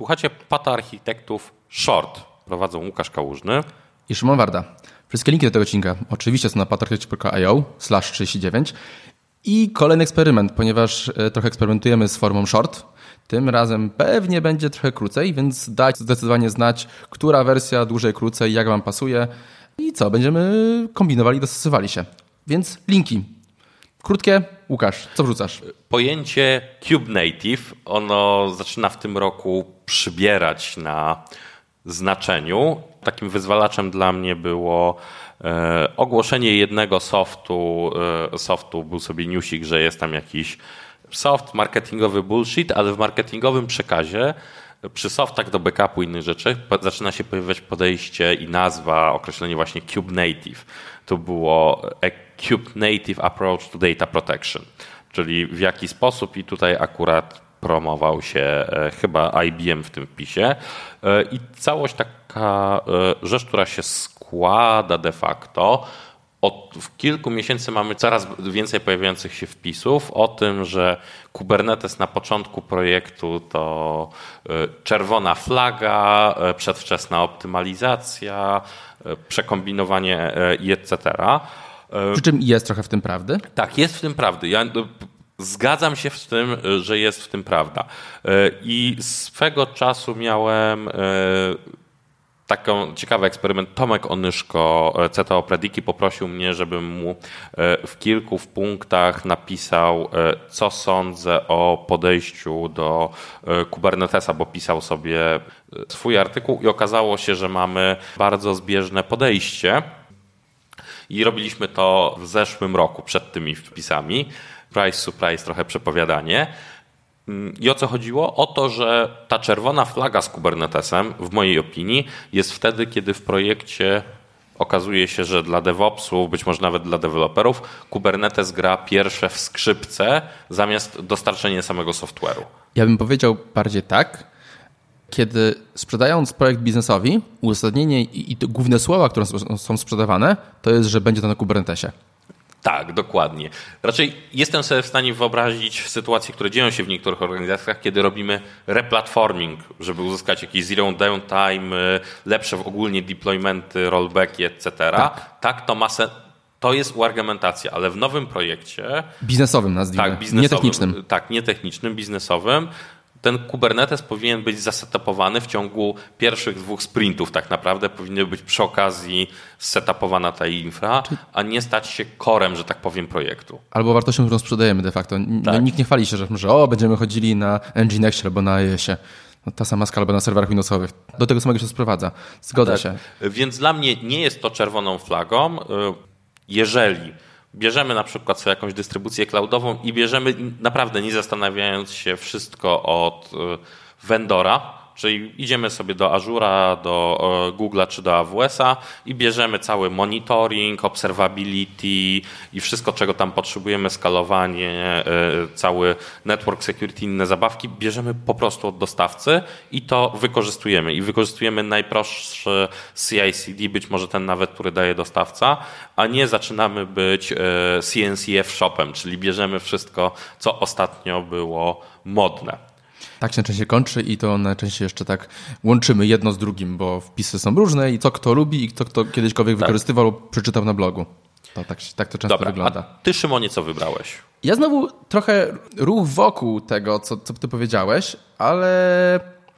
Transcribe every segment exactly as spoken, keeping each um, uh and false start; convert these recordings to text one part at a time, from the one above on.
Słuchacie Pata Architektów Short. Prowadzą Łukasz Kałużny i Szymon Warda. Wszystkie linki do tego odcinka oczywiście są na patarchitect kropka io slash trzydzieści dziewięć. I kolejny eksperyment, ponieważ trochę eksperymentujemy z formą short. Tym razem pewnie będzie trochę krócej, więc dajcie zdecydowanie znać, która wersja dłużej, krócej, jak wam pasuje i co, będziemy kombinowali, dostosowali się. Więc linki. Krótkie. Łukasz, co wrzucasz? Pojęcie Cube Native, ono zaczyna w tym roku przybierać na znaczeniu. Takim wyzwalaczem dla mnie było e, ogłoszenie jednego softu. E, softu był sobie newsik, że jest tam jakiś soft, marketingowy bullshit, ale w marketingowym przekazie przy softach do backupu i innych rzeczy zaczyna się pojawiać podejście i nazwa, określenie właśnie Cube Native. To było a Cube Native Approach to Data Protection, czyli w jaki sposób i tutaj akurat promował się chyba I B M w tym wpisie i całość taka rzecz, która się składa de facto. Od kilku miesięcy mamy coraz więcej pojawiających się wpisów o tym, że Kubernetes na początku projektu to czerwona flaga, przedwczesna optymalizacja, przekombinowanie i et cetera. Przy czym jest trochę w tym prawdy? Tak, jest w tym prawdy. Ja zgadzam się z tym, że jest w tym prawda. I swego czasu miałem taki ciekawy eksperyment. Tomek Onyszko, C T O Prediki, poprosił mnie, żebym mu w kilku punktach napisał, co sądzę o podejściu do Kubernetesa, bo pisał sobie swój artykuł i okazało się, że mamy bardzo zbieżne podejście. I robiliśmy to w zeszłym roku, przed tymi wpisami. Surprise, surprise, trochę przepowiadanie. I o co chodziło? O to, że ta czerwona flaga z Kubernetesem, w mojej opinii, jest wtedy, kiedy w projekcie okazuje się, że dla DevOpsów, być może nawet dla deweloperów, Kubernetes gra pierwsze w skrzypce zamiast dostarczenia samego software'u. Ja bym powiedział bardziej tak. Kiedy sprzedając projekt biznesowi, uzasadnienie i, i główne słowa, które są sprzedawane, to jest, że będzie to na Kubernetesie. Tak, dokładnie. Raczej jestem sobie w stanie wyobrazić sytuacje, które dzieją się w niektórych organizacjach, kiedy robimy replatforming, żeby uzyskać jakieś zero downtime, lepsze ogólnie deploymenty, rollbacki, et cetera. Tak. tak, to masę. To jest uargumentacja, ale w nowym projekcie... Biznesowym nazwijmy, tak, biznesowym, nie technicznym. Tak, nie technicznym, biznesowym. Ten Kubernetes powinien być zasetapowany w ciągu pierwszych dwóch sprintów. Tak naprawdę powinny być przy okazji zsetapowana ta infra, a nie stać się korem, że tak powiem, projektu. Albo wartością, którą sprzedajemy de facto. No, tak. Nikt nie chwali się, że, że o, będziemy chodzili na Nginexie albo na AESie. No, ta sama skala na serwerach Windowsowych. Do tego samego się sprowadza. Zgodzę tak. się. Więc dla mnie nie jest to czerwoną flagą, jeżeli bierzemy na przykład sobie jakąś dystrybucję cloudową i bierzemy naprawdę nie zastanawiając się wszystko od vendora, czyli idziemy sobie do Azure'a, do Google'a czy do A W S-a i bierzemy cały monitoring, observability i wszystko, czego tam potrzebujemy, skalowanie, cały network security, inne zabawki, bierzemy po prostu od dostawcy i to wykorzystujemy. I wykorzystujemy najprostszy C I C D, być może ten nawet, który daje dostawca, a nie zaczynamy być C N C F shopem, czyli bierzemy wszystko, co ostatnio było modne. Tak się najczęściej kończy i to najczęściej jeszcze tak łączymy jedno z drugim, bo wpisy są różne i co kto lubi i co kto kiedyśkolwiek tak. wykorzystywał lub przeczytał na blogu. To tak, tak to często Dobra, wygląda. A ty, Szymonie, co wybrałeś? Ja znowu trochę ruch wokół tego, co, co ty powiedziałeś, ale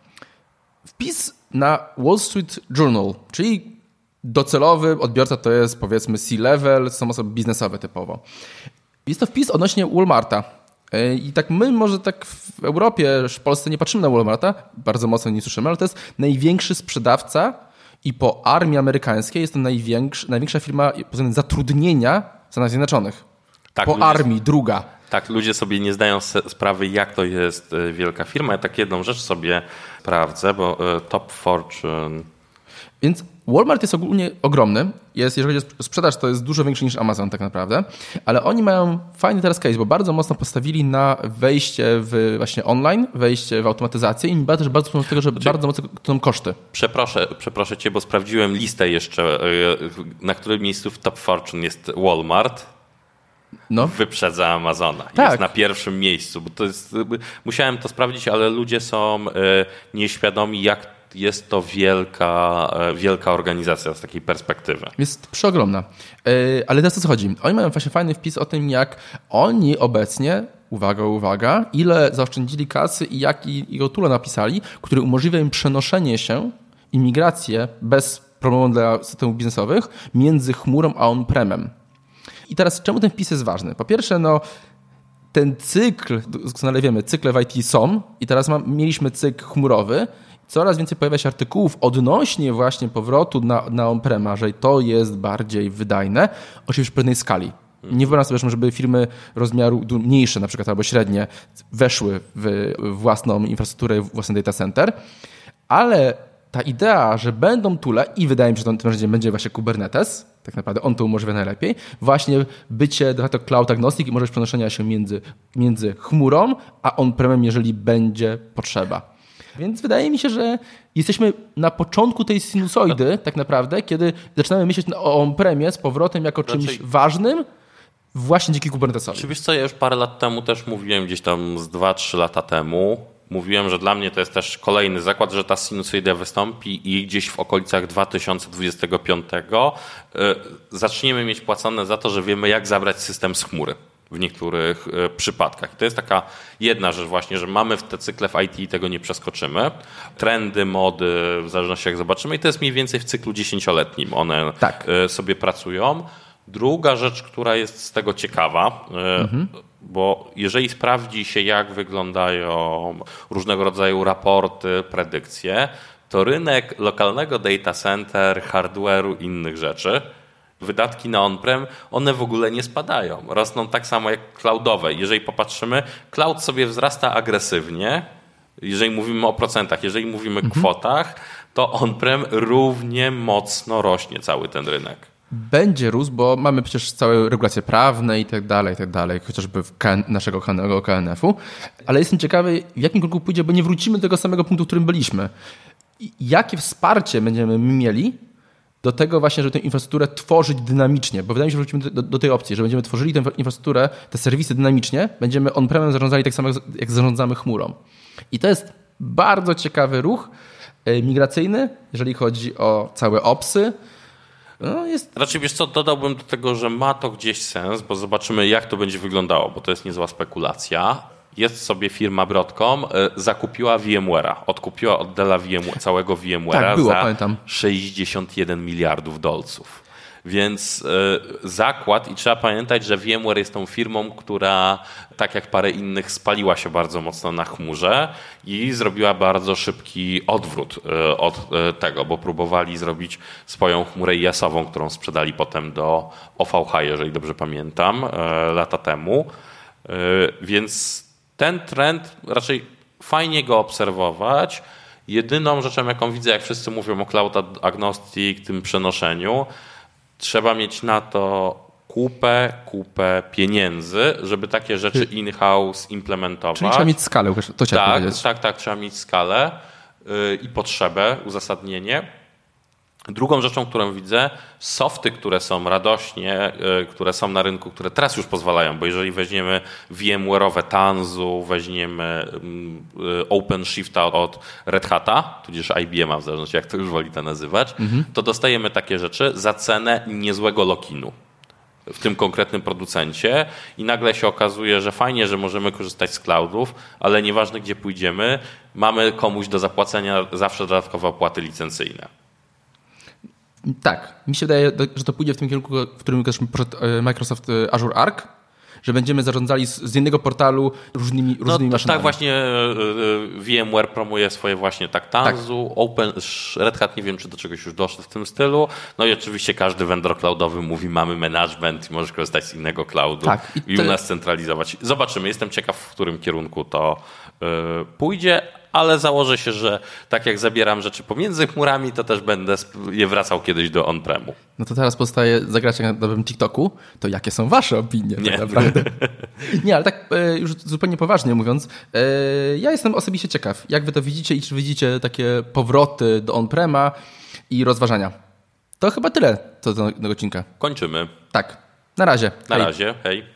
wpis na Wall Street Journal, czyli docelowy odbiorca to jest powiedzmy C-level, są osoby biznesowe typowo. Jest to wpis odnośnie Walmarta. I tak my może tak w Europie, w Polsce nie patrzymy na Walmarta, bardzo mocno nie słyszymy, ale to jest największy sprzedawca i po armii amerykańskiej jest to największy, największa firma pod względem zatrudnienia w Stanach Zjednoczonych. Tak, po ludzie, armii, druga. Tak, ludzie sobie nie zdają sprawy, jak to jest wielka firma. Ja tak jedną rzecz sobie sprawdzę, bo Top Fortune... Więc Walmart jest ogólnie ogromny. Jest, jeżeli chodzi o sprzedaż, to jest dużo większy niż Amazon tak naprawdę. Ale oni mają fajny teraz case, bo bardzo mocno postawili na wejście w właśnie online, wejście w automatyzację i też bardzo są z tego, że znaczy, bardzo mocno są koszty. Przeproszę, przeproszę cię, bo sprawdziłem listę jeszcze, na którym miejscu w Top Fortune jest Walmart. no. wyprzedza Amazona. Tak. Jest na pierwszym miejscu. Bo to jest, musiałem to sprawdzić, ale ludzie są nieświadomi, jak jest to wielka, wielka organizacja z takiej perspektywy. Jest przeogromna. Ale teraz o co chodzi? Oni mają właśnie fajny wpis o tym, jak oni obecnie, uwaga, uwaga, ile zaoszczędzili kasy i jaki tool napisali, który umożliwia im przenoszenie się i migrację bez problemu dla systemów biznesowych między chmurą a on-premem. I teraz czemu ten wpis jest ważny? Po pierwsze, no ten cykl, doskonale wiemy, cykle w I T są i teraz mam, mieliśmy cykl chmurowy. Coraz więcej pojawia się artykułów odnośnie właśnie powrotu na, na on-prema, że to jest bardziej wydajne, oczywiście w pewnej skali. Nie wyobrażam sobie, żeby firmy rozmiaru mniejsze na przykład albo średnie weszły w własną infrastrukturę, w własny data center, ale ta idea, że będą tule i wydaje mi się, że tym razem będzie właśnie Kubernetes, tak naprawdę on to umożliwia najlepiej, właśnie bycie de facto cloud agnostic i możliwość przenoszenia się między, między chmurą a on-premem, jeżeli będzie potrzeba. Więc wydaje mi się, że jesteśmy na początku tej sinusoidy tak naprawdę, kiedy zaczynamy myśleć o on-premie z powrotem jako czymś Raczej... ważnym właśnie dzięki Kubernetesowi. Czy wiesz co, ja już parę lat temu też mówiłem, gdzieś tam z dwa trzy lata temu, mówiłem, że dla mnie to jest też kolejny zakład, że ta sinusoida wystąpi i gdzieś w okolicach dwa tysiące dwudziestego piątego y, zaczniemy mieć płacone za to, że wiemy, jak zabrać system z chmury w niektórych y, przypadkach. I to jest taka jedna rzecz właśnie, że mamy w te cykle w I T i tego nie przeskoczymy. Trendy, mody, w zależności jak zobaczymy i to jest mniej więcej w cyklu dziesięcioletnim. One tak. y, sobie pracują. Druga rzecz, która jest z tego ciekawa, y, mhm. bo jeżeli sprawdzi się, jak wyglądają różnego rodzaju raporty, predykcje, to rynek lokalnego data center, hardware'u i innych rzeczy, wydatki na on-prem, one w ogóle nie spadają. Rosną tak samo jak cloudowe. Jeżeli popatrzymy, cloud sobie wzrasta agresywnie, jeżeli mówimy o procentach, jeżeli mówimy o mhm. kwotach, to on-prem równie mocno rośnie cały ten rynek. Będzie rósł, bo mamy przecież całe regulacje prawne i tak dalej, i tak dalej, chociażby w K N, naszego K N F u, ale jestem ciekawy, w jakim kierunku pójdzie, bo nie wrócimy do tego samego punktu, w którym byliśmy. I jakie wsparcie będziemy mieli do tego właśnie, żeby tę infrastrukturę tworzyć dynamicznie, bo wydaje mi się, że wrócimy do, do tej opcji, że będziemy tworzyli tę infrastrukturę, te serwisy dynamicznie, będziemy on-premem zarządzali tak samo, jak zarządzamy chmurą. I to jest bardzo ciekawy ruch migracyjny, jeżeli chodzi o całe opsy. No jest... Raczej wiesz co, dodałbym do tego, że ma to gdzieś sens, bo zobaczymy, jak to będzie wyglądało, bo to jest niezła spekulacja. Jest sobie firma Broadcom, zakupiła VMware'a, odkupiła od Della VM, całego VMware'a tak, było, za pamiętam. sześćdziesiąt jeden miliardów dolców. Więc y, zakład i trzeba pamiętać, że VMware jest tą firmą, która tak jak parę innych spaliła się bardzo mocno na chmurze i zrobiła bardzo szybki odwrót y, od y, tego, bo próbowali zrobić swoją chmurę I A-sową, którą sprzedali potem do O V H, jeżeli dobrze pamiętam, y, lata temu. Y, więc ten trend raczej fajnie go obserwować. Jedyną rzeczą, jaką widzę, jak wszyscy mówią o cloud agnostic, tym przenoszeniu, trzeba mieć na to kupę, kupę pieniędzy, żeby takie rzeczy in-house implementować. Czyli trzeba mieć skalę, to chciałem tak, powiedzieć. Tak, tak, trzeba mieć skalę yy, i potrzebę, uzasadnienie. Drugą rzeczą, którą widzę, softy, które są radośnie, yy, które są na rynku, które teraz już pozwalają, bo jeżeli weźmiemy VMware'owe Tanzu, weźmiemy yy, OpenShifta od Red Hata, tudzież I B M a, w zależności jak to już woli to nazywać, mhm. to dostajemy takie rzeczy za cenę niezłego lock-inu w tym konkretnym producencie i nagle się okazuje, że fajnie, że możemy korzystać z cloudów, ale nieważne gdzie pójdziemy, mamy komuś do zapłacenia zawsze dodatkowe opłaty licencyjne. Tak, mi się wydaje, że to pójdzie w tym kierunku, w którym też poszedł Microsoft Azure Arc, że będziemy zarządzali z, z jednego portalu różnymi, różnymi no, maszynami. Tak właśnie VMware promuje swoje właśnie tak Tanzu, tak. Open, Red Hat nie wiem, czy do czegoś już doszło w tym stylu. No i oczywiście każdy vendor cloudowy mówi, mamy management i możesz korzystać z innego cloudu tak, i, i u nas centralizować. Zobaczymy, jestem ciekaw, w którym kierunku to yy, pójdzie, ale założę się, że tak jak zabieram rzeczy pomiędzy chmurami, to też będę je wracał kiedyś do on-premu. No to teraz pozostaje zagrać jak na nowym TikToku. To jakie są wasze opinie? Nie, tak naprawdę? Nie, ale tak już zupełnie poważnie mówiąc, ja jestem osobiście ciekaw, jak wy to widzicie i czy widzicie takie powroty do on-prema i rozważania. To chyba tyle do tego odcinka. Kończymy. Tak. Na razie. Na hej. razie. Hej.